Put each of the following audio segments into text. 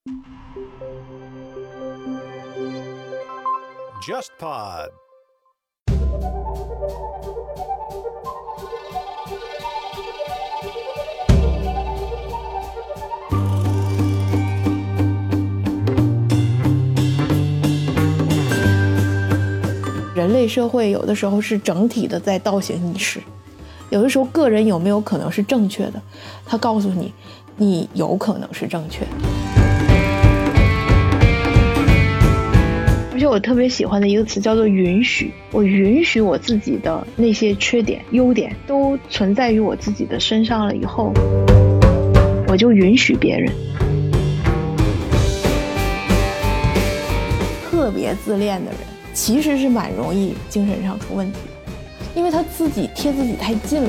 JustPod。 人类社会有的时候是整体的在倒行逆施，有的时候个人有没有可能是正确的，他告诉你，你有可能是正确的。而且我特别喜欢的一个词叫做允许，我允许我自己的那些缺点、优点都存在于我自己的身上了以后，我就允许别人。特别自恋的人其实是蛮容易精神上出问题的，因为他自己贴自己太近了。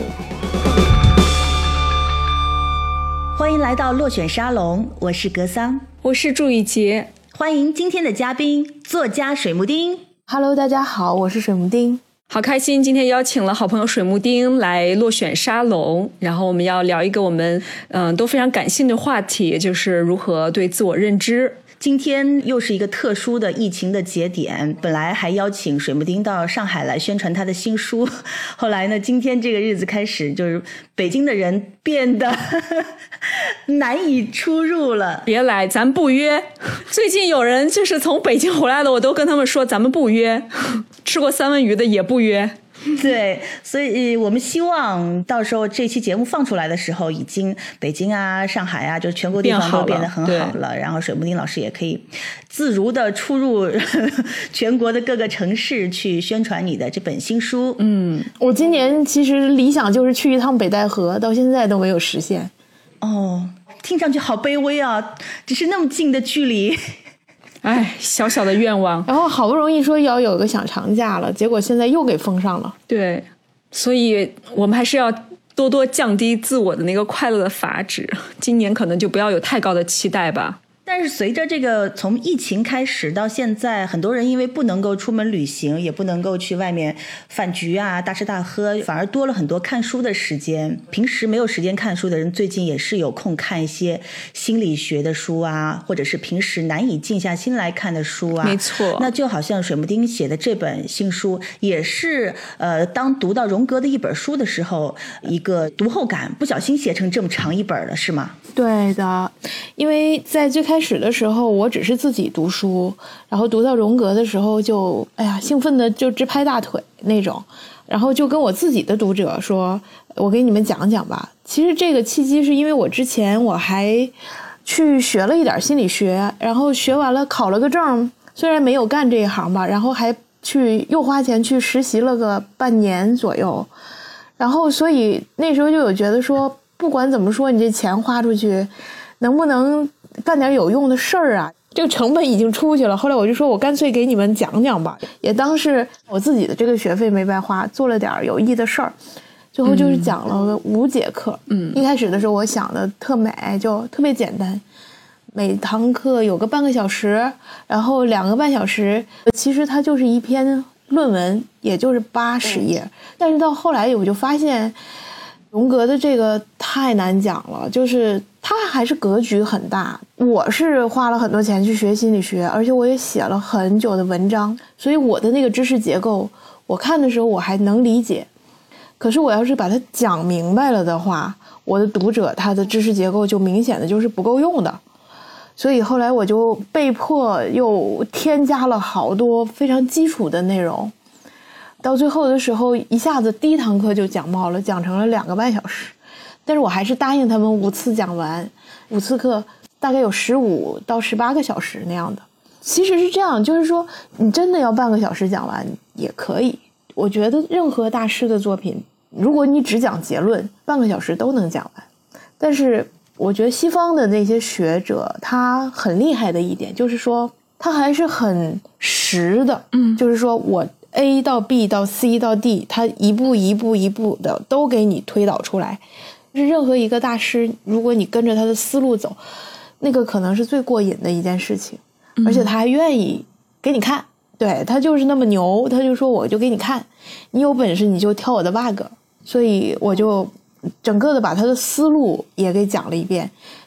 欢迎来到落选沙龙，我是格桑， 我是祝雨洁， 欢迎今天的嘉宾作家水木丁。 Hello， 大家好，我是水木丁。 好开心，今天邀请了好朋友水木丁来落选沙龙，然后我们要聊一个我们都非常感兴趣的话题，就是如何对自我认知。 今天又是一个特殊的疫情的节点，本来还邀请水木丁到上海来宣传他的新书，后来呢，今天这个日子开始，就是北京的人变得难以出入了。 别来，咱不约。最近有人就是从北京回来的，我都跟他们说咱们不约，吃过三文鱼的也不约。 对，所以我们希望到时候这期节目放出来的时候，已经北京啊、上海啊，就全国地方都变得很好了，然后水木丁老师也可以自如的出入全国的各个城市去宣传你的这本新书。 我今年其实理想就是去一趟北戴河，到现在都没有实现。 哦，听上去好卑微啊，只是那么近的距离。 哎，小小的愿望。 然后好不容易说要有个小长假了，结果现在又给封上了。 对，所以我们还是要多多降低自我的那个快乐的阀值，今年可能就不要有太高的期待吧。 但是随着这个从疫情开始到现在，很多人因为不能够出门旅行，也不能够去外面饭局啊大吃大喝，反而多了很多看书的时间。平时没有时间看书的人，最近也是有空看一些心理学的书啊，或者是平时难以静下心来看的书啊。 没错， 那就好像水木丁写的这本新书，也是当读到荣格的一本书的时候，一个读后感，不小心写成这么长一本了，是吗？ 对的，因为在最开始的时候我只是自己读书，然后读到荣格的时候就兴奋的就直拍大腿那种，然后就跟我自己的读者说，我给你们讲讲吧。其实这个契机是因为我之前我还去学了一点心理学，然后学完了考了个证，虽然没有干这一行吧，然后还去又花钱去实习了个半年左右，然后所以那时候就有觉得说，不管怎么说，你这钱花出去，能不能干点有用的事儿啊？这个成本已经出去了。后来我就说，我干脆给你们讲讲吧，也当是我自己的这个学费没白花，做了点有意义的事儿。最后就是讲了5节课。一开始的时候我想的特美，就特别简单，每堂课有个半个小时，然后2个半小时，其实它就是一篇论文，也就是80页。但是到后来我就发现荣格的这个太难讲了，就是他还是格局很大。我是花了很多钱去学心理学，而且我也写了很久的文章，所以我的那个知识结构我看的时候我还能理解。可是我要是把它讲明白了的话，我的读者他的知识结构就明显的就是不够用的。所以后来我就被迫又添加了好多非常基础的内容，到最后的时候一下子第1堂课就讲爆了，讲成了2个半小时。但是我还是答应他们5次讲完，5次课大概有15到18个小时那样的。其实是这样，就是说你真的要半个小时讲完也可以。我觉得任何大师的作品，如果你只讲结论，半个小时都能讲完。但是我觉得西方的那些学者他很厉害的一点就是说，他还是很实的，就是说我A 到 B 到 C 到 D， 他一步一步一步的都给你推导出来。是任何一个大师，如果你跟着他的思路走，那个可能是最过瘾的一件事情。而且他还愿意给你看，对，他就是那么牛，他就说我就给你看，你有本事你就挑我的 bug。所以我就整个的把他的思路也给讲了一遍，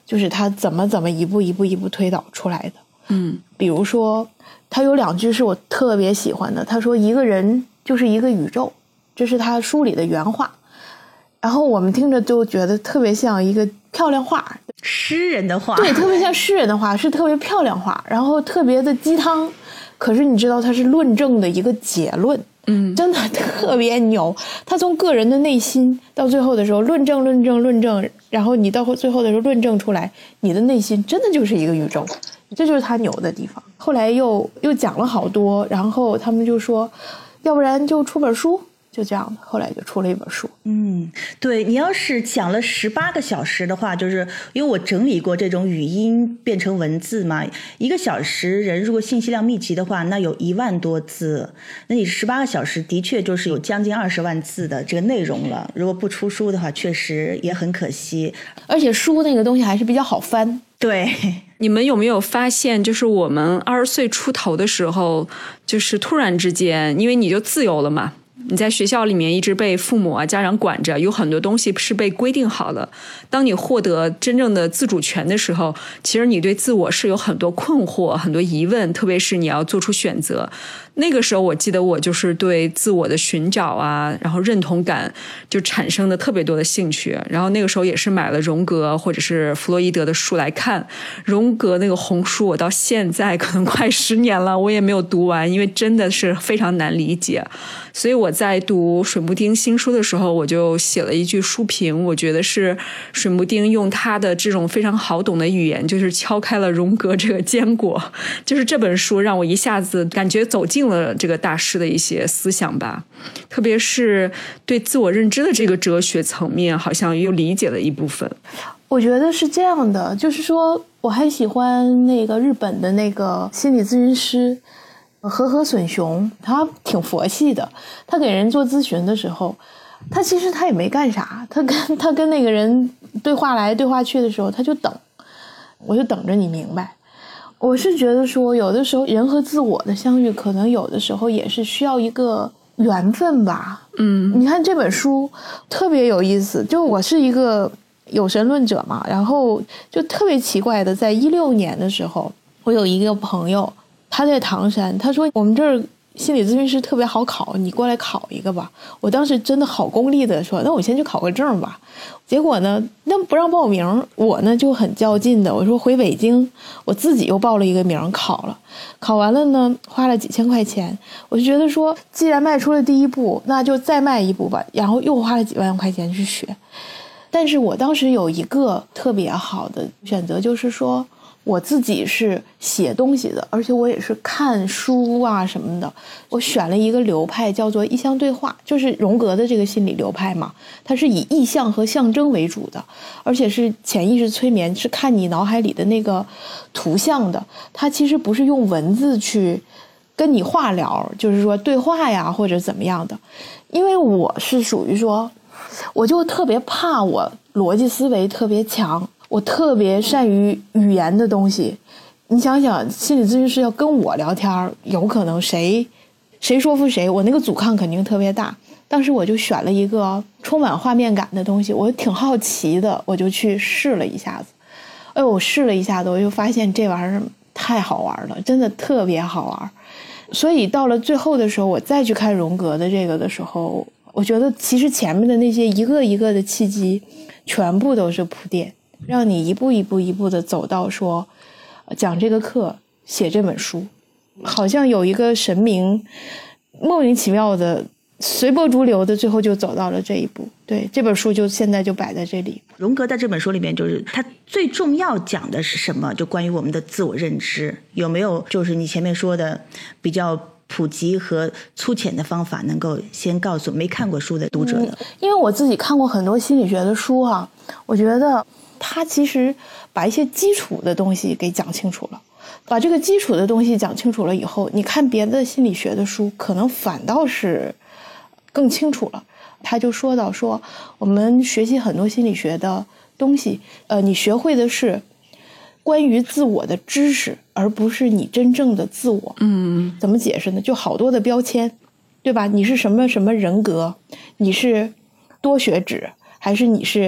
就是他怎么一步一步推导出来的。比如说他有2句是我特别喜欢的，他说一个人就是一个宇宙，这是他书里的原话，然后我们听着就觉得特别像一个漂亮话， 诗人的话。 对，特别像诗人的话，是特别漂亮话，然后特别的鸡汤，可是你知道它是论证的一个结论。真的特别牛，他从个人的内心到最后的时候论证，然后你到最后的时候论证出来，你的内心真的就是一个宇宙，这就是他牛的地方。后来又讲了好多，然后他们就说要不然就出本书，就这样的，后来就出了一本书。 对，你要是讲了18个小时的话，就是因为我整理过这种语音变成文字嘛，1个小时人如果信息量密集的话，那有1万多字，那你18个小时的确就是有将近20万字的这个内容了。如果不出书的话，确实也很可惜。 而且书那个东西还是比较好翻。 对， 你们有没有发现，就是我们20岁出头的时候，就是突然之间，因为你就自由了嘛，你在学校里面一直被父母啊家长管着，有很多东西是被规定好了。当你获得真正的自主权的时候，其实你对自我是有很多困惑很多疑问，特别是你要做出选择。那个时候我记得我就是对自我的寻找啊，然后认同感就产生了特别多的兴趣。然后那个时候也是买了荣格或者是弗洛伊德的书来看。荣格那个红书我到现在可能快10年了，我也没有读完，因为真的是非常难理解。所以我在读水木丁新书的时候，我就写了一句书评，我觉得是水木丁用他的这种非常好懂的语言，就是敲开了荣格这个坚果。就是这本书让我一下子感觉走进了这个大师的一些思想吧，特别是对自我认知的这个哲学层面，好像又理解了一部分。 我觉得是这样的，就是说我还喜欢那个日本的那个心理咨询师和隼雄，他挺佛系的。他给人做咨询的时候，他其实他也没干啥，他跟那个人对话来对话去的时候，他就等，我就等着你明白。我是觉得说，有的时候人和自我的相遇，可能有的时候也是需要一个缘分吧。你看这本书特别有意思，就我是一个有神论者嘛，然后就特别奇怪的，在16年的时候，我有一个朋友，他在唐山，他说我们这儿心理咨询师特别好考，你过来考一个吧。我当时真的好功利的说，那我先去考个证吧。结果呢，那不让报名，我呢就很较劲的，我说回北京，我自己又报了一个名考了。考完了呢，花了几千块钱，我就觉得说，既然迈出了第一步，那就再迈一步吧。然后又花了几万块钱去学。但是我当时有一个特别好的选择，就是说我自己是写东西的，而且我也是看书啊什么的。我选了一个流派叫做意象对话，就是荣格的这个心理流派嘛，它是以意象和象征为主的，而且是潜意识催眠，是看你脑海里的那个图像的。它其实不是用文字去跟你话聊，就是说对话呀或者怎么样的。因为我是属于说，我就特别怕我逻辑思维特别强，我特别善于语言的东西。你想想，心理咨询师要跟我聊天，有可能谁说服谁，我那个阻抗肯定特别大。当时我就选了一个充满画面感的东西，我挺好奇的，我就去试了一下子。哎呦，我试了一下子，我就发现这玩意儿太好玩了，真的特别好玩。所以到了最后的时候，我再去看荣格的这个的时候，我觉得其实前面的那些一个一个的契机，全部都是铺垫，让你一步一步的走到说，讲这个课，写这本书，好像有一个神明莫名其妙的随波逐流的，最后就走到了这一步。对，这本书就现在就摆在这里。 荣格在这本书里面，就是他最重要讲的是什么？就关于我们的自我认知，有没有就是你前面说的比较普及和粗浅的方法，能够先告诉没看过书的读者的？ 因为我自己看过很多心理学的书啊，我觉得他其实把一些基础的东西给讲清楚了。把这个基础的东西讲清楚了以后，你看别的心理学的书，可能反倒是更清楚了。他就说到说，我们学习很多心理学的东西，你学会的是关于自我的知识，而不是你真正的自我。怎么解释呢？就好多的标签，对吧？你是什么什么人格，你是多血脂，还是你是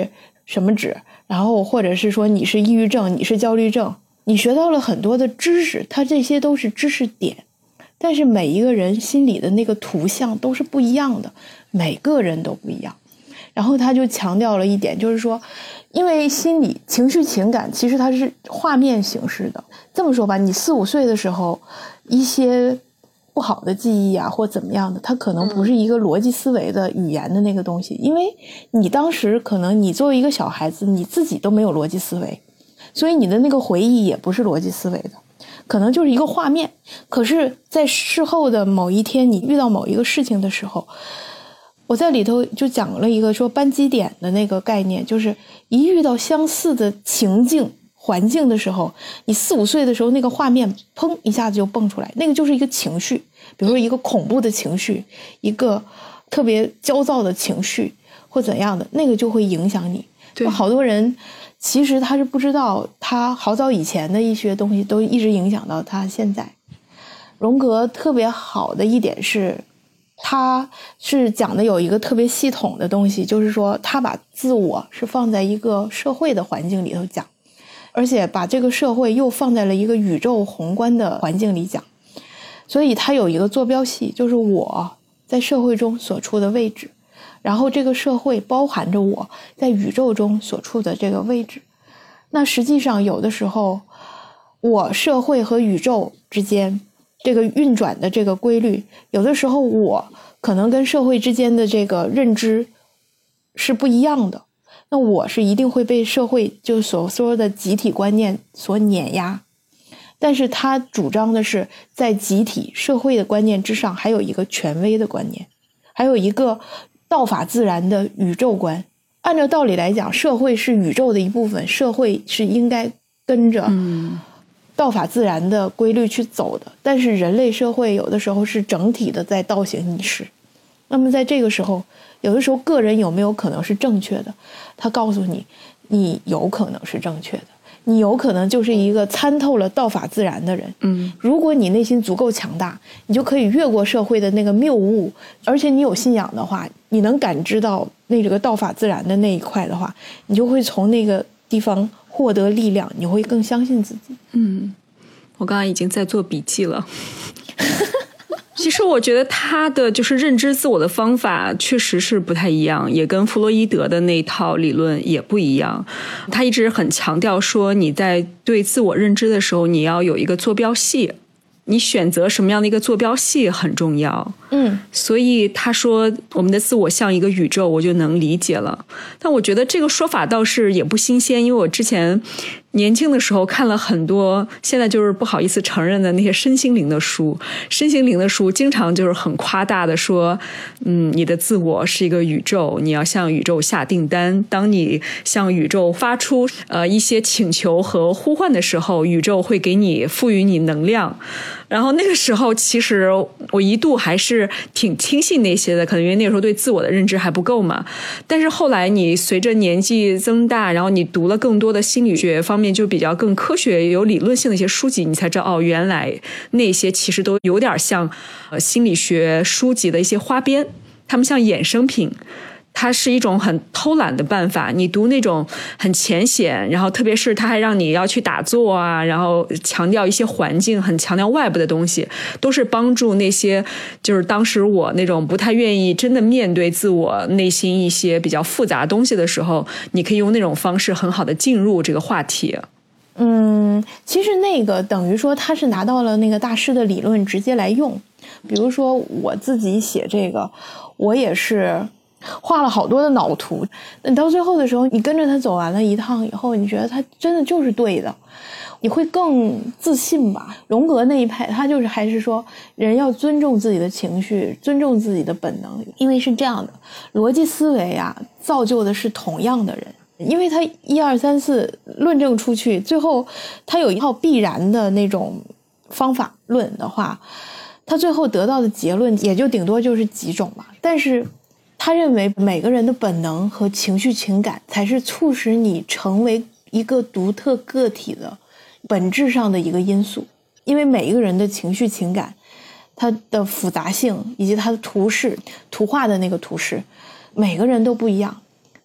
什么纸，然后或者是说你是抑郁症，你是焦虑症，你学到了很多的知识，它这些都是知识点，但是每一个人心里的那个图像都是不一样的，每个人都不一样。然后他就强调了一点，就是说因为心理情绪情感其实它是画面形式的。这么说吧，你4、5岁的时候一些不好的记忆啊或怎么样的，它可能不是一个逻辑思维的语言的那个东西，因为你当时可能你作为一个小孩子你自己都没有逻辑思维，所以你的那个回忆也不是逻辑思维的，可能就是一个画面。可是在事后的某一天你遇到某一个事情的时候，我在里头就讲了一个说扳机点的那个概念，就是一遇到相似的情境环境的时候，你4、5岁的时候那个画面砰一下子就蹦出来，那个就是一个情绪，比如说一个恐怖的情绪，一个特别焦躁的情绪或怎样的，那个就会影响你。 对， 好多人其实他是不知道，他好早以前的一些东西都一直影响到他现在。荣格特别好的一点是，他是讲的有一个特别系统的东西，就是说他把自我是放在一个社会的环境里头讲，而且把这个社会又放在了一个宇宙宏观的环境里讲。所以他有一个坐标系，就是我在社会中所处的位置，然后这个社会包含着我在宇宙中所处的这个位置。那实际上有的时候我社会和宇宙之间这个运转的这个规律，有的时候我可能跟社会之间的这个认知是不一样的，那我是一定会被社会就所说的集体观念所碾压。但是他主张的是在集体社会的观念之上还有一个权威的观念，还有一个道法自然的宇宙观。按照道理来讲，社会是宇宙的一部分，社会是应该跟着道法自然的规律去走的，但是人类社会有的时候是整体的在倒行逆施。那么在这个时候，有的时候个人有没有可能是正确的？他告诉你，你有可能是正确的，你有可能就是一个参透了道法自然的人。如果你内心足够强大，你就可以越过社会的那个谬误，而且你有信仰的话，你能感知到那个道法自然的那一块的话，你就会从那个地方获得力量，你会更相信自己。 我刚刚已经在做笔记了。其实我觉得他的就是认知自我的方法确实是不太一样，也跟弗洛伊德的那套理论也不一样。他一直很强调说，你在对自我认知的时候，你要有一个坐标系，你选择什么样的一个坐标系很重要。所以他说我们的自我像一个宇宙，我就能理解了。但我觉得这个说法倒是也不新鲜，因为我之前年轻的时候看了很多，现在就是不好意思承认的那些身心灵的书。身心灵的书经常就是很夸大的说，你的自我是一个宇宙，你要向宇宙下订单。当你向宇宙发出一些请求和呼唤的时候，宇宙会给你赋予你能量。然后那个时候其实我一度还是挺轻信那些的，可能因为那个时候对自我的认知还不够嘛。但是后来你随着年纪增大，然后你读了更多的心理学方面就比较更科学有理论性的一些书籍，你才知道原来那些其实都有点像心理学书籍的一些花边，他们像衍生品。它是一种很偷懒的办法，你读那种很浅显，然后特别是它还让你要去打坐啊，然后强调一些环境，很强调外部的东西，都是帮助那些就是当时我那种不太愿意真的面对自我内心一些比较复杂的东西的时候，你可以用那种方式很好的进入这个话题。 其实那个等于说他是拿到了那个大师的理论直接来用。比如说我自己写这个，我也是画了好多的脑图，等到最后的时候你跟着他走完了一趟以后，你觉得他真的就是对的，你会更自信吧。荣格那一派他就是还是说人要尊重自己的情绪，尊重自己的本能。因为是这样的，逻辑思维啊造就的是同样的人，因为他1、2、3、4论证出去，最后他有一套必然的那种方法论的话，他最后得到的结论也就顶多就是几种吧。但是他认为每个人的本能和情绪情感才是促使你成为一个独特个体的本质上的一个因素。因为每一个人的情绪情感，它的复杂性以及它的图画的那个图示，每个人都不一样。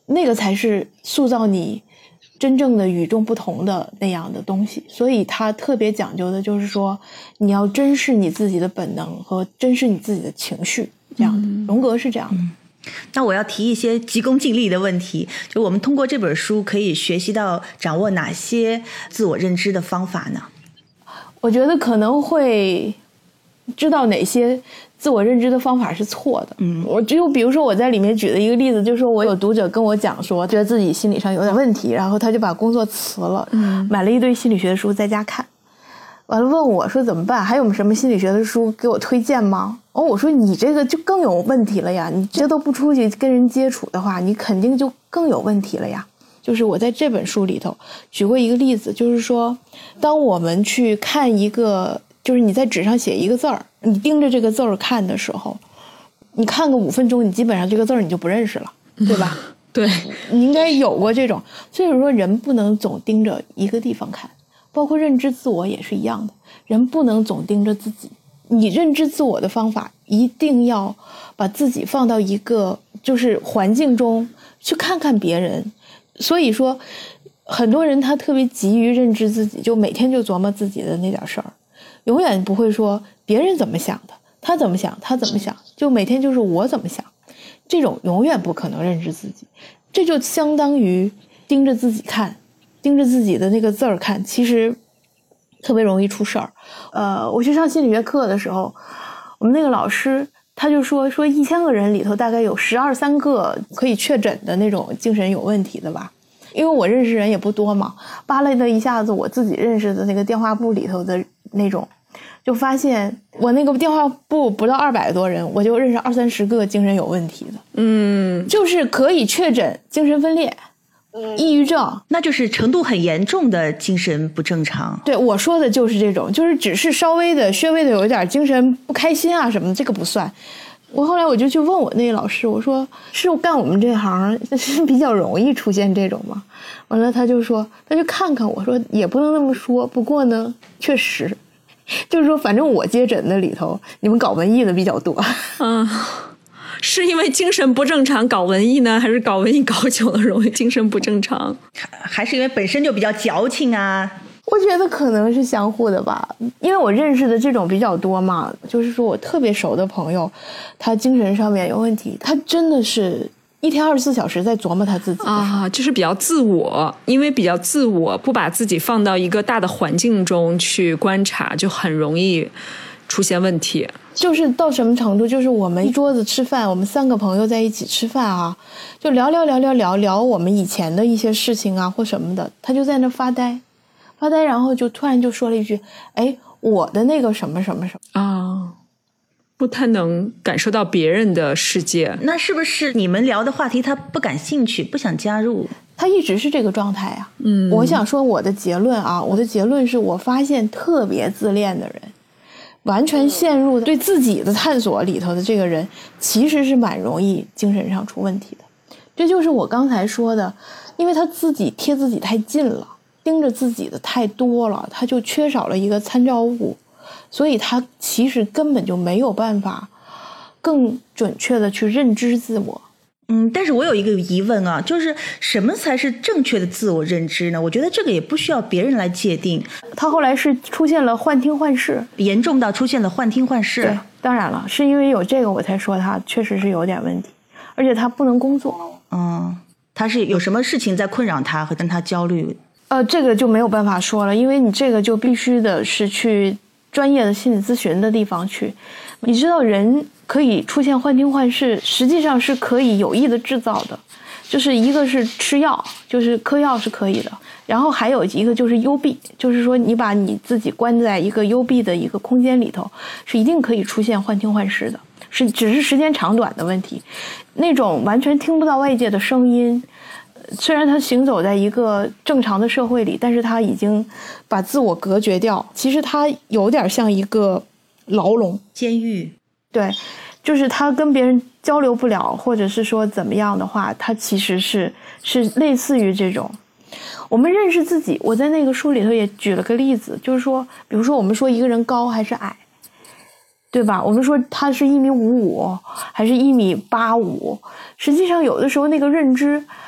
那个才是塑造你真正的与众不同的那样的东西。所以他特别讲究的就是说，你要珍视你自己的本能和珍视你自己的情绪，这样的。荣格是这样的。 那我要提一些急功近利的问题，就我们通过这本书可以学习到掌握哪些自我认知的方法呢？ 我觉得可能会知道哪些自我认知的方法是错的。我就比如说我在里面举的一个例子，就是说我有读者跟我讲说，觉得自己心理上有点问题，然后他就把工作辞了，买了一堆心理学的书在家看，完了问我说怎么办，还有什么心理学的书给我推荐吗？我说你这个就更有问题了呀，你这都不出去跟人接触的话，你肯定就更有问题了呀。就是我在这本书里头举过一个例子，就是说当我们去看一个，就是你在纸上写一个字儿，你盯着这个字儿看的时候，你看个5分钟，你基本上这个字儿你就不认识了，对吧？ 对， 你应该有过这种。所以说人不能总盯着一个地方看，包括认知自我也是一样的，人不能总盯着自己。你认知自我的方法一定要把自己放到一个就是环境中去看看别人。所以说很多人他特别急于认知自己，就每天就琢磨自己的那点事儿，永远不会说别人怎么想的，他怎么想，他怎么想，就每天就是我怎么想，这种永远不可能认知自己。这就相当于盯着自己看，盯着自己的那个字儿看，其实特别容易出事儿。我去上心理学课的时候，我们那个老师他就说1000个人里头大概有12、13个可以确诊的那种精神有问题的吧。因为我认识人也不多嘛，扒拉的一下子我自己认识的那个电话簿里头的那种，就发现我那个电话簿不到200多人，我就认识20、30个精神有问题的。就是可以确诊精神分裂、抑郁症， 那就是程度很严重的精神不正常。 对，我说的就是这种，就是只是稍微的有一点精神不开心啊什么的，这个不算。后来我就去问我那个老师，我说是干我们这行是比较容易出现这种吗？完了他就说，他就看看我说也不能那么说，不过呢确实就是说反正我接诊的里头你们搞文艺的比较多。 是因为精神不正常搞文艺呢，还是搞文艺搞久了容易精神不正常？ 还是因为本身就比较矫情啊？ 我觉得可能是相互的吧，因为我认识的这种比较多嘛，就是说我特别熟的朋友，他精神上面有问题，他真的是一天24小时在琢磨他自己啊，就是比较自我，因为比较自我，不把自己放到一个大的环境中去观察，就很容易出现问题。 就是到什么程度，就是我们一桌子吃饭，我们3个朋友在一起吃饭啊，就聊我们以前的一些事情啊或什么的，他就在那发呆，然后就突然就说了一句，哎，我的那个什么什么什么啊，不太能感受到别人的世界。 那是不是你们聊的话题他不感兴趣，不想加入？ 他一直是这个状态啊。我想说我的结论是我发现特别自恋的人，完全陷入对自己的探索里头的这个人，其实是蛮容易精神上出问题的。这就是我刚才说的，因为他自己贴自己太近了，盯着自己的太多了，他就缺少了一个参照物，所以他其实根本就没有办法更准确的去认知自我。 但是我有一个疑问啊，就是什么才是正确的自我认知呢？我觉得这个也不需要别人来界定。 他后来是出现了幻听幻视， 严重到出现了幻听幻视。 对，当然了，是因为有这个我才说他确实是有点问题，而且他不能工作。 他是有什么事情在困扰他和跟他焦虑？ 这个就没有办法说了，因为你这个就必须的是去专业的心理咨询的地方去。你知道人可以出现幻听幻视，实际上是可以有意的制造的，就是一个是吃药，就是嗑药是可以的，然后还有一个就是幽闭，就是说你把你自己关在一个幽闭的一个空间里头，是一定可以出现幻听幻视的，只是时间长短的问题。那种完全听不到外界的声音，虽然他行走在一个正常的社会里，但是他已经把自我隔绝掉，其实他有点像一个牢笼监狱。 对，就是他跟别人交流不了，或者是说怎么样的话，他其实是类似于这种。我们认识自己，我在那个书里头也举了个例子，就是说比如说我们说一个人高还是矮，对吧？我们说他是1.55米还是1.85米，实际上有的时候那个认知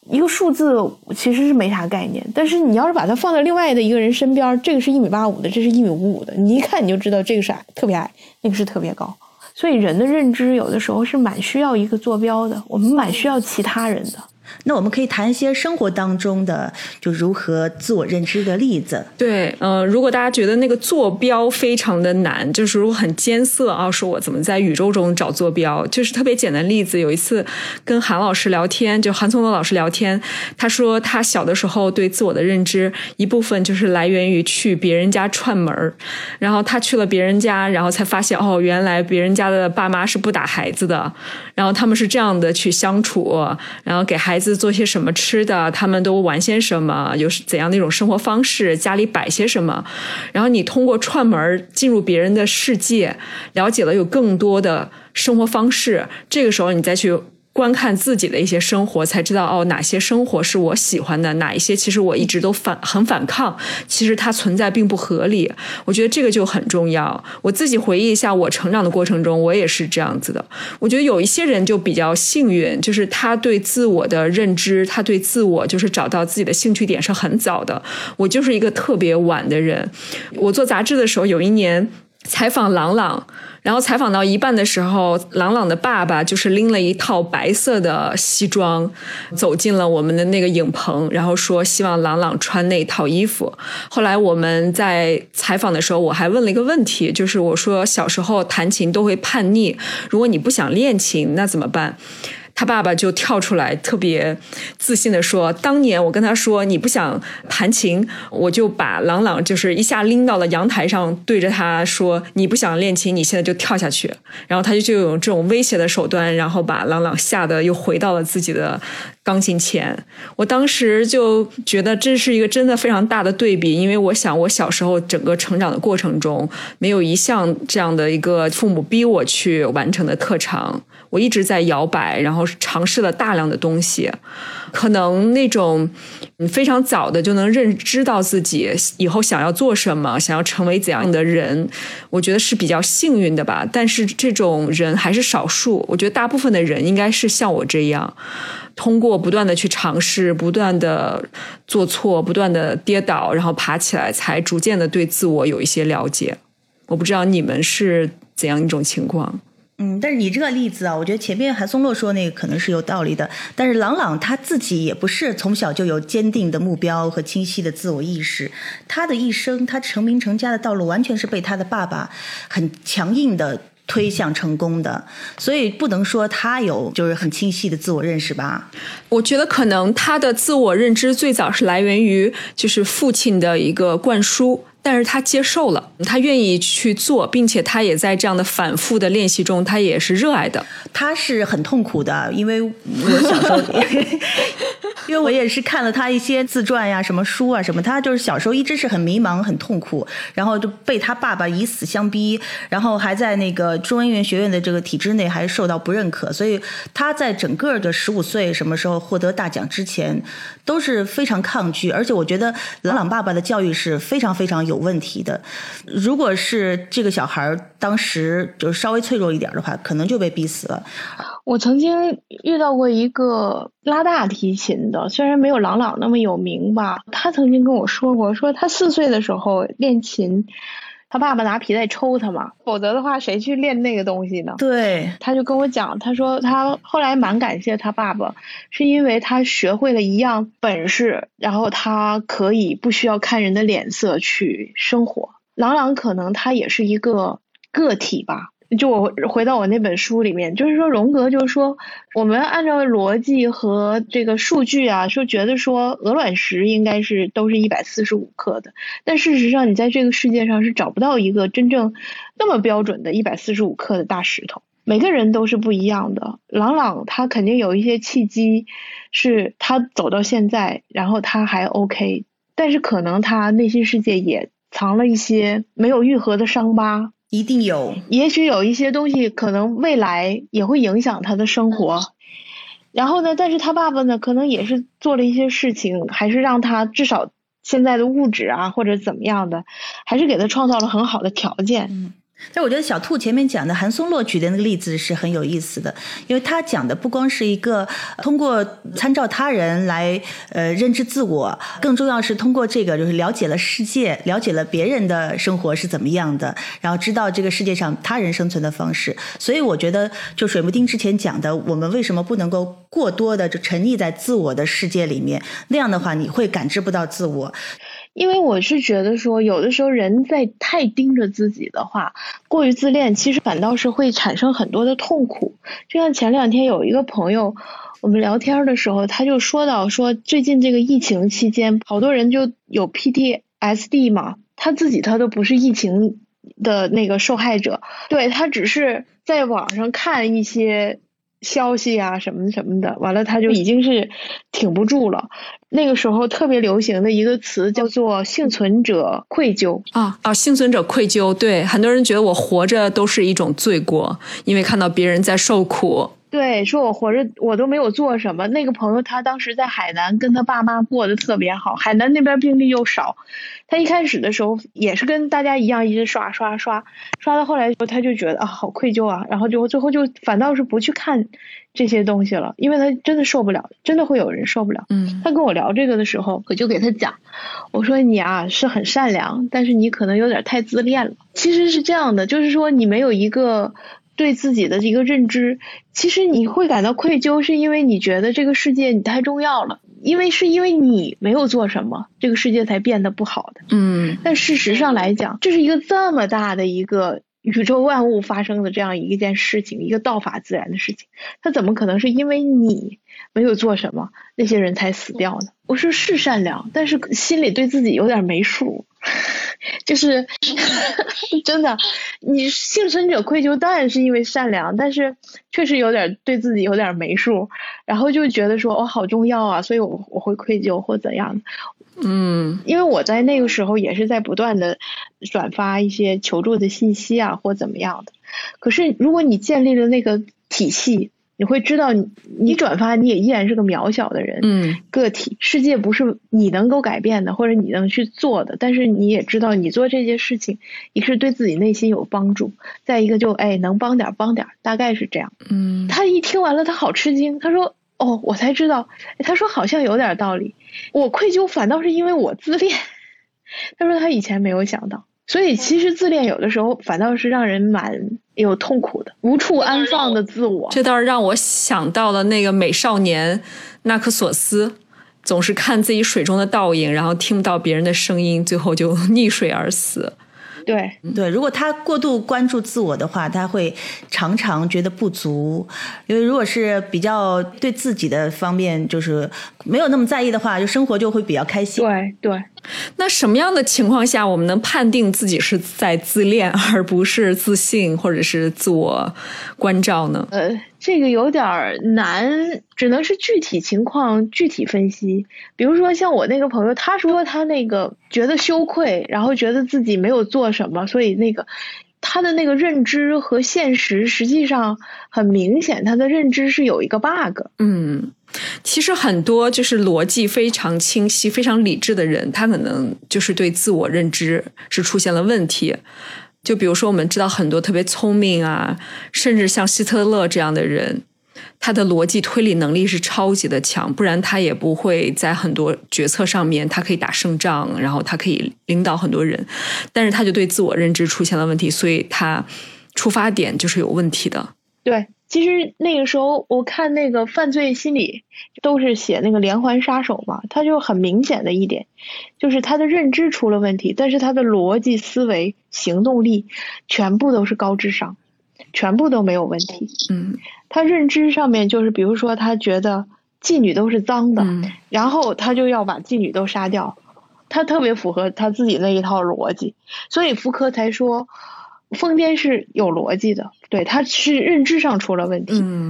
一个数字其实是没啥概念，但是你要是把它放在另外的一个人身边，这个是1.85米的，这是1.55米的，你一看你就知道这个是特别矮，那个是特别高。所以人的认知有的时候是蛮需要一个坐标的，我们蛮需要其他人的。 那我们可以谈一些生活当中的就如何自我认知的例子。 对，如果大家觉得那个坐标非常的难，就是如果很艰涩啊，说我怎么在宇宙中找坐标，就是特别简单的例子。有一次跟韩老师聊天，就韩松东老师聊天，他说他小的时候对自我的认知一部分就是来源于去别人家串门，然后他去了别人家，然后才发现哦，原来别人家的爸妈是不打孩子的，然后他们是这样的去相处，然后给孩子做些什么吃的，他们都玩些什么，有怎样的一种生活方式，家里摆些什么，然后你通过串门进入别人的世界，了解了有更多的生活方式，这个时候你再去观看自己的一些生活，才知道哦，哪些生活是我喜欢的，哪一些其实我一直都很反抗，其实它存在并不合理。我觉得这个就很重要。我自己回忆一下我成长的过程中，我也是这样子的。我觉得有一些人就比较幸运，就是他对自我的认知，他对自我就是找到自己的兴趣点是很早的。我就是一个特别晚的人。我做杂志的时候，有一年采访郎朗，然后采访到一半的时候，郎朗的爸爸就是拎了一套白色的西装走进了我们的那个影棚，然后说希望郎朗穿那套衣服。后来我们在采访的时候，我还问了一个问题，就是我说小时候弹琴都会叛逆，如果你不想练琴那怎么办？他爸爸就跳出来特别自信地说，当年我跟他说你不想弹琴，我就把郎朗就是一下拎到了阳台上，对着他说你不想练琴，你现在就跳下去。然后他就用这种威胁的手段，然后把郎朗吓得又回到了自己的钢琴前。我当时就觉得这是一个真的非常大的对比，因为我想我小时候整个成长的过程中，没有一项这样的一个父母逼我去完成的特长，我一直在摇摆，然后尝试了大量的东西。可能那种非常早的就能认知到自己以后想要做什么，想要成为怎样的人，我觉得是比较幸运的吧。但是这种人还是少数，我觉得大部分的人应该是像我这样，通过不断的去尝试，不断的做错，不断的跌倒，然后爬起来，才逐渐的对自我有一些了解。我不知道你们是怎样一种情况。 但是你这个例子啊，我觉得前面韩松洛说那个可能是有道理的，但是郎朗他自己也不是从小就有坚定的目标和清晰的自我意识，他的一生，他成名成家的道路完全是被他的爸爸很强硬的推向成功的，所以不能说他有就是很清晰的自我认识吧。 我觉得可能他的自我认知最早是来源于就是父亲的一个灌输，但是他接受了，他愿意去做，并且他也在这样的反复的练习中，他也是热爱的。 他是很痛苦的，因为我小时候因为我也是看了他一些自传呀、什么书啊什么，他就是小时候一直是很迷茫、很痛苦，然后就被他爸爸以死相逼，然后还在那个中央音乐学院的这个体制内还受到不认可，所以他在整个的15岁什么时候获得大奖之前都是非常抗拒，而且我觉得郎朗爸爸的教育是非常非常有问题的。如果是这个小孩当时就是稍微脆弱一点的话，可能就被逼死了。 我曾经遇到过一个拉大提琴的，虽然没有郎朗那么有名吧，他曾经跟我说过，说他4岁的时候练琴，他爸爸拿皮带抽他嘛，否则的话谁去练那个东西呢？ 对， 他就跟我讲，他说他后来蛮感谢他爸爸，是因为他学会了一样本事，然后他可以不需要看人的脸色去生活。郎朗可能他也是一个个体吧，就我回到我那本书里面，就是说荣格就是说，我们按照逻辑和这个数据啊，说觉得说鹅卵石应该是都是145克的，但事实上你在这个世界上是找不到一个真正那么标准的145克的大石头，每个人都是不一样的。郎朗他肯定有一些契机是他走到现在，然后他还 OK， 但是可能他内心世界也藏了一些没有愈合的伤疤， 一定有， 也许有一些东西可能未来也会影响他的生活。然后呢，但是他爸爸呢，可能也是做了一些事情，还是让他至少现在的物质啊或者怎么样的，还是给他创造了很好的条件。 但我觉得小兔前面讲的韩松洛举的那个例子是很有意思的，因为他讲的不光是一个通过参照他人来认知自我，更重要是通过这个就是了解了世界，了解了别人的生活是怎么样的，然后知道这个世界上他人生存的方式。所以我觉得就水木丁之前讲的，我们为什么不能够过多的就沉溺在自我的世界里面，那样的话你会感知不到自我。 因为我是觉得说，有的时候人在太盯着自己的话，过于自恋，其实反倒是会产生很多的痛苦。就像前2天有一个朋友，我们聊天的时候，他就说到说，最近这个疫情期间，好多人就有 PTSD 嘛，他自己他都不是疫情的那个受害者，对，他只是在网上看一些消息啊什么什么的，完了他就已经是挺不住了。那个时候特别流行的一个词叫做幸存者愧疚幸存者愧疚，对，很多人觉得我活着都是一种罪过，因为看到别人在受苦。 对，说我活着我都没有做什么。那个朋友他当时在海南跟他爸妈过得特别好，海南那边病例又少，他一开始的时候也是跟大家一样一直刷到后来他就觉得好愧疚啊，然后就最后就反倒是不去看这些东西了，因为他真的受不了，真的会有人受不了。他跟我聊这个的时候，我就给他讲，我说你啊是很善良，但是你可能有点太自恋了。其实是这样的，就是说你没有一个对自己的一个认知，其实你会感到愧疚，是因为你觉得这个世界你太重要了，因为你没有做什么，这个世界才变得不好的。但事实上来讲，这是一个这么大的一个宇宙万物发生的这样一件事情，一个道法自然的事情，它怎么可能是因为你没有做什么那些人才死掉呢？我说是善良，但是心里对自己有点没数就是真的，你幸存者愧疚当然是因为善良，但是确实有点对自己有点没数，然后就觉得说好重要啊，所以我会愧疚或怎样。因为我在那个时候也是在不断的转发一些求助的信息啊或怎么样的，可是如果你建立了那个体系，你会知道你转发你也依然是个渺小的人，个体，世界不是你能够改变的或者你能去做的，但是你也知道你做这些事情一是对自己内心有帮助，再一个就能帮点，大概是这样。他一听完了他好吃惊，他说我才知道，他说好像有点道理，我愧疚反倒是因为我自恋，他说他以前没有想到，所以其实自恋有的时候反倒是让人蛮有痛苦的，无处安放的自我。 这倒是让我想到了那个美少年纳克索斯，总是看自己水中的倒影，然后听不到别人的声音，最后就溺水而死。 对，如果他过度关注自我的话，他会常常觉得不足，因为如果是比较对自己的方面就是没有那么在意的话，就生活就会比较开心。 对。 那什么样的情况下我们能判定自己是在自恋而不是自信或者是自我关照呢？ 这个有点难，只能是具体情况具体分析。比如说像我那个朋友，他说他那个觉得羞愧，然后觉得自己没有做什么，所以那个他的那个认知和现实实际上很明显，他的认知是有一个 bug。 其实很多就是逻辑非常清晰非常理智的人，他可能就是对自我认知是出现了问题。就比如说我们知道很多特别聪明啊，甚至像希特勒这样的人，他的逻辑推理能力是超级的强，不然他也不会在很多决策上面他可以打胜仗，然后他可以领导很多人，但是他就对自我认知出现了问题，所以他出发点就是有问题的。 对，其实那个时候我看那个犯罪心理都是写那个连环杀手嘛，他就很明显的一点就是他的认知出了问题，但是他的逻辑思维行动力全部都是高智商，全部都没有问题。他认知上面就是比如说他觉得妓女都是脏的，然后他就要把妓女都杀掉，他特别符合他自己那一套逻辑，所以福柯才说疯癫是有逻辑的，对，他是认知上出了问题。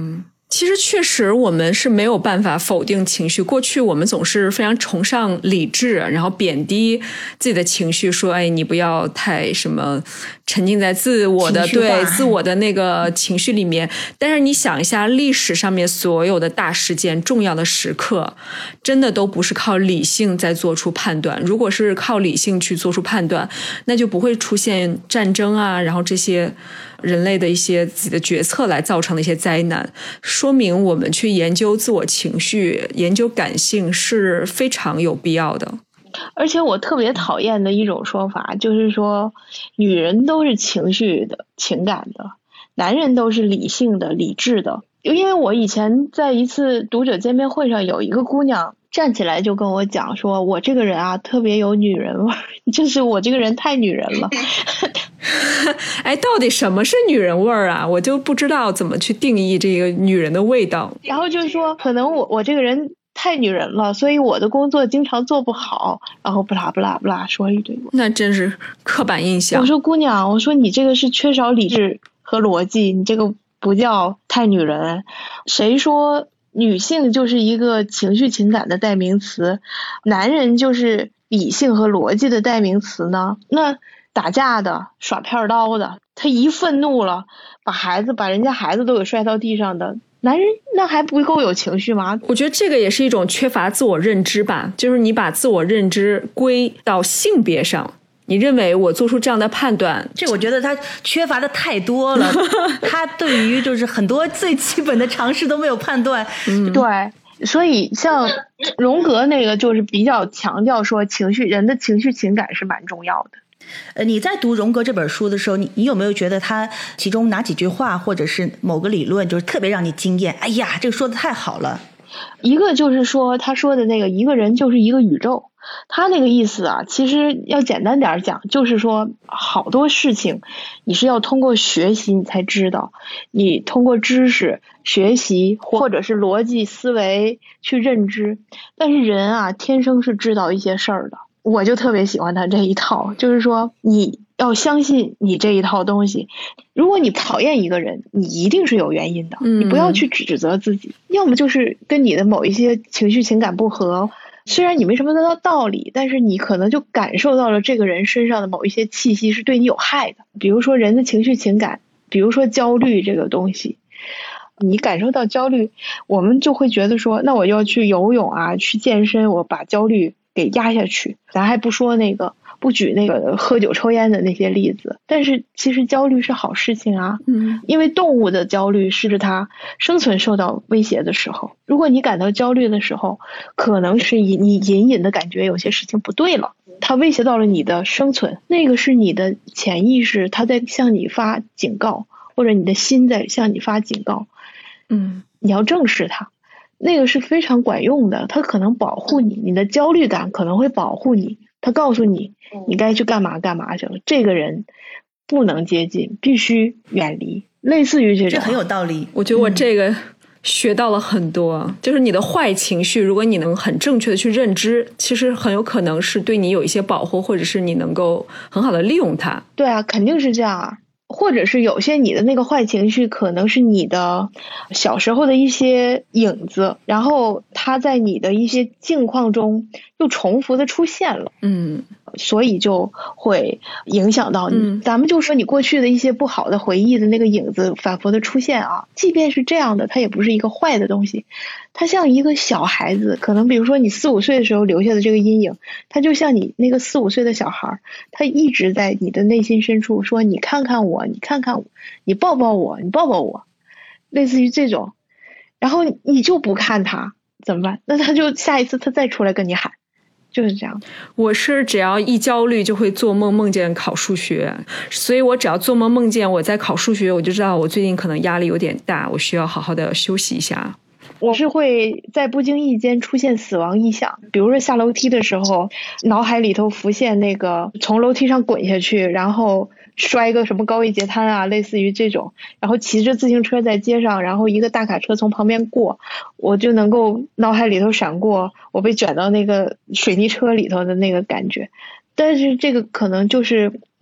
其实确实我们是没有办法否定情绪，过去我们总是非常崇尚理智，然后贬低自己的情绪，说哎你不要太什么沉浸在自我的那个情绪里面。但是你想一下，历史上面所有的大事件重要的时刻真的都不是靠理性在做出判断，如果是靠理性去做出判断，那就不会出现战争啊，然后这些人类的一些自己的决策来造成的一些灾难，说明我们去研究自我情绪、研究感性是非常有必要的。 而且我特别讨厌的一种说法就是说，女人都是情绪的、情感的，男人都是理性的、理智的。因为我以前在一次读者见面会上，有一个姑娘站起来就跟我讲说，我这个人啊特别有女人味，就是我这个人太女人了。 哎，到底什么是女人味啊？我就不知道怎么去定义这个女人的味道。 然后就是说，可能我这个人太女人了，所以我的工作经常做不好，然后不啦不啦不啦说一堆。 那真是刻板印象。 我说姑娘，我说你这个是缺少理智和逻辑，你这个不叫太女人。谁说女性就是一个情绪情感的代名词，男人就是理性和逻辑的代名词呢？那打架的、耍片刀的，他一愤怒了，把人家孩子都给摔到地上的男人，那还不够有情绪吗？ 我觉得这个也是一种缺乏自我认知吧，就是你把自我认知归到性别上，你认为我做出这样的判断， 这我觉得他缺乏的太多了。他对于就是很多最基本的常识都没有判断。 对，所以像荣格那个就是比较强调说人的情绪情感是蛮重要的。 你在读荣格这本书的时候，你有没有觉得他其中哪几句话或者是某个理论就是特别让你惊艳？哎呀，这个说的太好了。 一个就是说他说的那个一个人就是一个宇宙，他那个意思啊，其实要简单点讲，就是说好多事情你是要通过学习你才知道，你通过知识学习或者是逻辑思维去认知，但是人啊天生是知道一些事儿的。我就特别喜欢他这一套，就是说你要相信你这一套东西。如果你讨厌一个人，你一定是有原因的，你不要去指责自己，要么就是跟你的某一些情绪情感不合，虽然你没什么道理，但是你可能就感受到了这个人身上的某一些气息是对你有害的。比如说人的情绪情感，比如说焦虑这个东西，你感受到焦虑，我们就会觉得说，那我要去游泳啊，去健身，我把焦虑给压下去。咱还不说不举那个喝酒抽烟的那些例子，但是其实焦虑是好事情啊。因为动物的焦虑是指它生存受到威胁的时候，如果你感到焦虑的时候，可能是你隐隐的感觉有些事情不对了，它威胁到了你的生存，那个是你的潜意识它在向你发警告，或者你的心在向你发警告。你要正视它，那个是非常管用的，它可能保护你，你的焦虑感可能会保护你，它告诉你你该去干嘛干嘛去了，这个人不能接近，必须远离，类似于这种。 这很有道理。 我觉得我这个学到了很多，就是你的坏情绪如果你能很正确的去认知，其实很有可能是对你有一些保护，或者是你能够很好的利用它。 对啊，肯定是这样啊。或者是有些你的那个坏情绪可能是你的小时候的一些影子，然后它在你的一些境况中又重复的出现了，所以就会影响到你。咱们就说你过去的一些不好的回忆的那个影子反复的出现啊，即便是这样的，它也不是一个坏的东西，它像一个小孩子，可能比如说你4、5岁的时候留下的这个阴影，它就像你那个4、5岁的小孩，他一直在你的内心深处说，你看看我，你看看我，你抱抱我，你抱抱我，类似于这种，然后你就不看他怎么办？那他就下一次他再出来跟你喊，就是这样。 我是只要一焦虑就会做梦，梦见考数学，所以我只要做梦梦见我在考数学，我就知道我最近可能压力有点大，我需要好好的休息一下。 我是会在不经意间出现死亡意象，比如说下楼梯的时候，脑海里头浮现那个从楼梯上滚下去，然后摔个什么高位截瘫啊，类似于这种，然后骑着自行车在街上，然后一个大卡车从旁边过，我就能够脑海里头闪过我被卷到那个水泥车里头的那个感觉。但是这个可能就是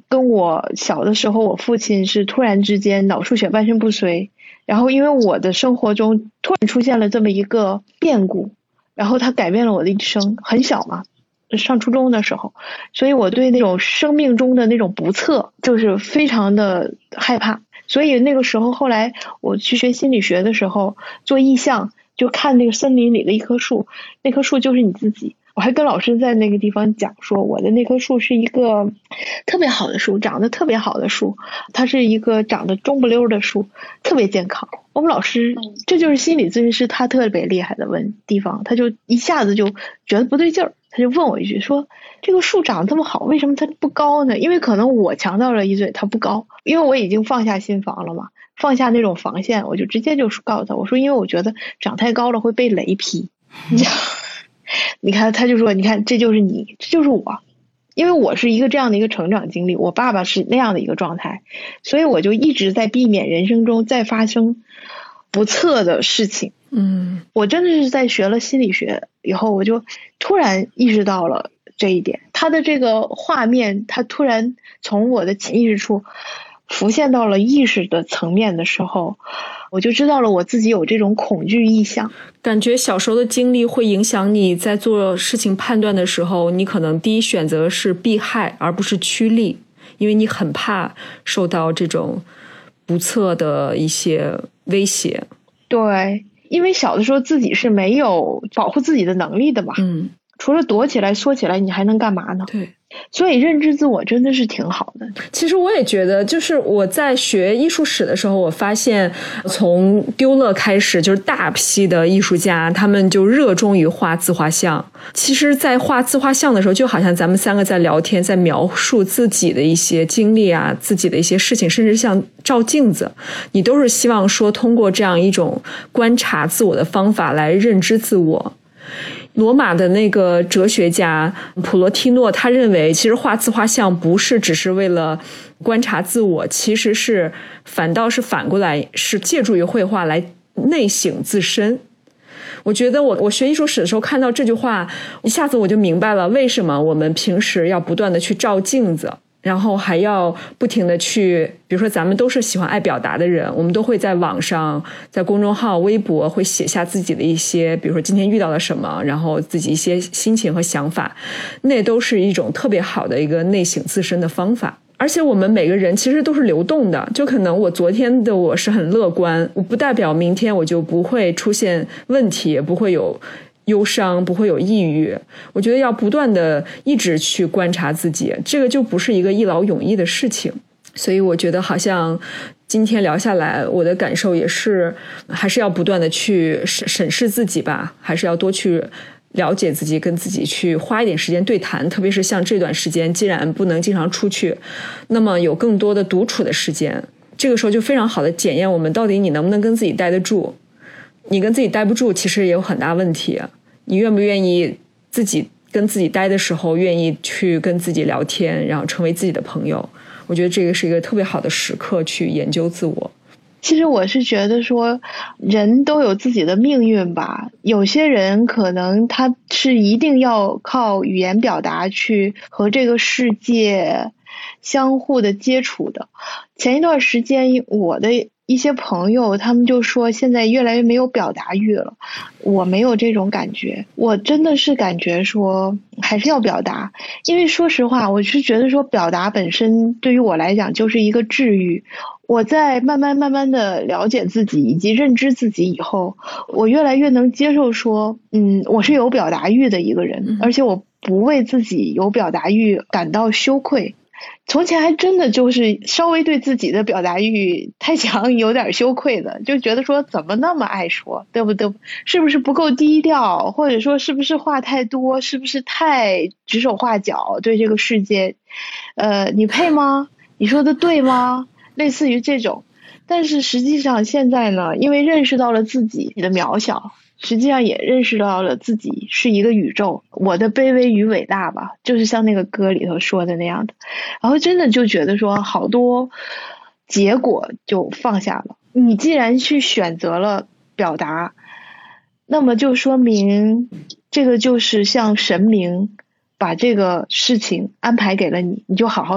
跟我小的时候，我父亲是突然之间脑出血半身不遂，然后因为我的生活中突然出现了这么一个变故，然后他改变了我的一生。很小嘛，上初中的时候，所以我对那种生命中的那种不测就是非常的害怕。所以那个时候，后来我去学心理学的时候，做意象就看那个森林里的一棵树，那棵树就是你自己。我还跟老师在那个地方讲说，我的那棵树是一个特别好的树，长得特别好的树，它是一个长得中不溜的树，特别健康。我们老师，这就是心理咨询师他特别厉害的地方，他就一下子就觉得不对劲儿，他就问我一句说，这个树长得这么好，为什么它不高呢？因为可能我强调了一嘴它不高，因为我已经放下心防了嘛，放下那种防线，我就直接就告诉他，我说因为我觉得长太高了会被雷劈。你看，他就说，你看，这就是你，这就是我，因为我是一个这样的一个成长经历，我爸爸是那样的一个状态，所以我就一直在避免人生中再发生不测的事情。我真的是在学了心理学以后，我就突然意识到了这一点。他的这个画面，他突然从我的潜意识处浮现到了意识的层面的时候，我就知道了我自己有这种恐惧意向。 感觉小时候的经历会影响你在做事情判断的时候，你可能第一选择是避害而不是趋利，因为你很怕受到这种不测的一些威胁。 对，因为小的时候自己是没有保护自己的能力的嘛。除了躲起来缩起来你还能干嘛呢？ 对， 所以认知自我真的是挺好的。 其实我也觉得，就是我在学艺术史的时候，我发现从丢勒开始，就是大批的艺术家他们就热衷于画自画像。其实在画自画像的时候，就好像咱们三个在聊天，在描述自己的一些经历啊，自己的一些事情，甚至像照镜子，你都是希望说通过这样一种观察自我的方法来认知自我。罗马的那个哲学家普罗提诺，他认为其实画自画像不是只是为了观察自我，其实是反倒是反过来是借助于绘画来内省自身。我觉得我学艺术史的时候看到这句话，一下子我就明白了为什么我们平时要不断的去照镜子，然后还要不停的去，比如说咱们都是喜欢爱表达的人，我们都会在网上，在公众号、微博会写下自己的一些，比如说今天遇到了什么，然后自己一些心情和想法，那都是一种特别好的一个内省自身的方法。而且我们每个人其实都是流动的，就可能我昨天的我是很乐观，我不代表明天我就不会出现问题，也不会有忧伤，不会有抑郁。我觉得要不断的一直去观察自己，这个就不是一个一劳永逸的事情。所以我觉得好像今天聊下来，我的感受也是还是要不断的去审视自己吧，还是要多去了解自己，跟自己去花一点时间对谈。特别是像这段时间既然不能经常出去，那么有更多的独处的时间，这个时候就非常好的检验我们到底你能不能跟自己待得住。你跟自己待不住其实也有很大问题，你愿不愿意自己跟自己待的时候愿意去跟自己聊天，然后成为自己的朋友。我觉得这个是一个特别好的时刻去研究自我。 其实我是觉得说人都有自己的命运吧，有些人可能他是一定要靠语言表达去和这个世界相互的接触的。前一段时间我的一些朋友他们就说现在越来越没有表达欲了，我没有这种感觉，我真的是感觉说还是要表达。因为说实话，我是觉得说表达本身对于我来讲就是一个治愈。我在慢慢的了解自己以及认知自己以后，我越来越能接受说我是有表达欲的一个人，而且我不为自己有表达欲感到羞愧。从前还真的就是稍微对自己的表达欲太强有点羞愧的，就觉得说怎么那么爱说，对不对？是不是不够低调，或者说是不是话太多，是不是太指手画脚，对这个世界你配吗？你说的对吗？类似于这种。但是实际上现在呢，因为认识到了自己的渺小，实际上也认识到了自己是一个宇宙，我的卑微与伟大吧，就是像那个歌里头说的那样的。然后真的就觉得说好多结果就放下了。你既然去选择了表达，那么就说明这个就是像神明把这个事情安排给了你，你就好好的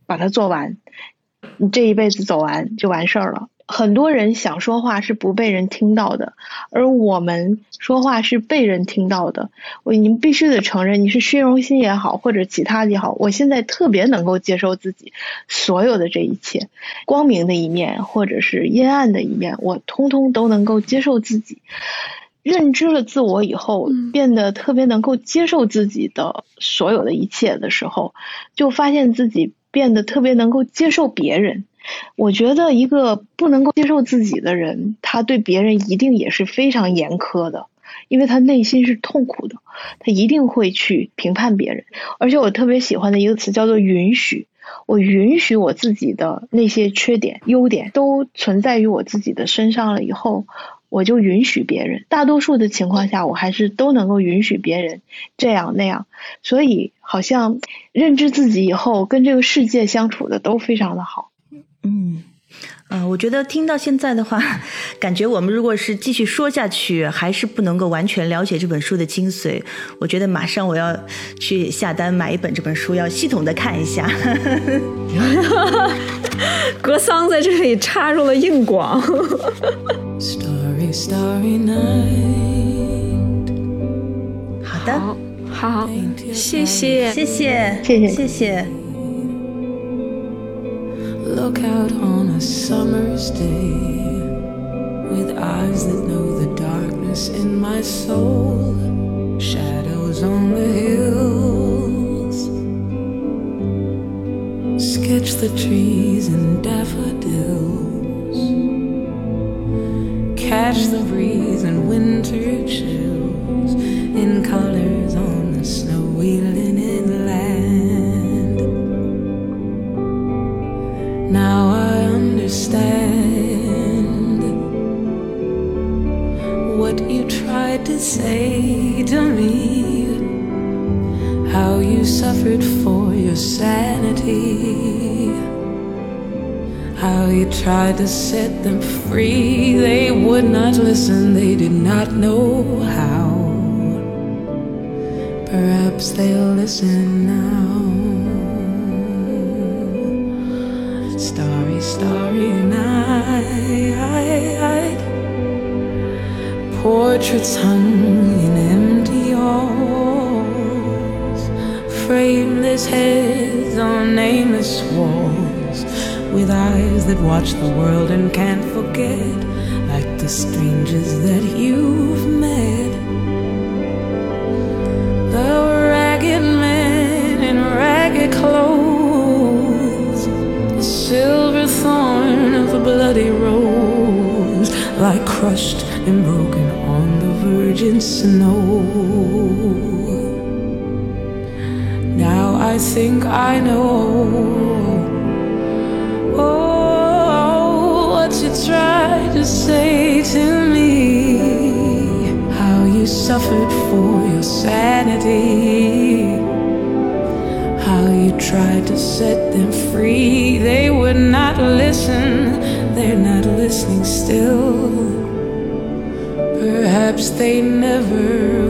把它做完，你这一辈子走完就完事儿了。很多人想说话是不被人听到的，而我们说话是被人听到的。你必须得承认，你是虚荣心也好，或者其他的也好，我现在特别能够接受自己所有的这一切，光明的一面或者是阴暗的一面，我通通都能够接受自己。认知了自我以后，变得特别能够接受自己的所有的一切的时候，就发现自己变得特别能够接受别人。我觉得一个不能够接受自己的人，他对别人一定也是非常严苛的，因为他内心是痛苦的，他一定会去评判别人。而且我特别喜欢的一个词叫做允许，我允许我自己的那些缺点优点都存在于我自己的身上了以后，我就允许别人。大多数的情况下我还是都能够允许别人这样那样，所以好像认知自己以后跟这个世界相处的都非常的好。 我觉得听到现在的话，感觉我们如果是继续说下去，还是不能够完全了解这本书的精髓。我觉得马上我要去下单买一本这本书，要系统的看一下。 格桑在这里插入了硬广。 Starry, starry night. 好的， 好，谢谢， 谢谢， 谢谢， 谢谢。 Look out on a summer's day with eyes that know the darkness in my soul, shadows on the hills, sketch the trees and daffodils, catch the breeze and winter chills in colors on the snowy linen land. Now I understand what you tried to say to me, how you suffered for your sanity, how you tried to set them free. They would not listen, they did not know how. Perhaps they'll listen now. Starry, starry night, portraits hung in empty halls, frameless heads on nameless walls, with eyes that watch the world and can't forget, like the strangers that you've met. The ragged men in ragged clothes, the silver thorn of a bloody rose, like crushed and broken on the virgin snow. Now I think I know, oh, what you tried to say to me, how you suffered for your sanity, how you tried to set them free. They would not listen, they're not listening still. Perhaps they never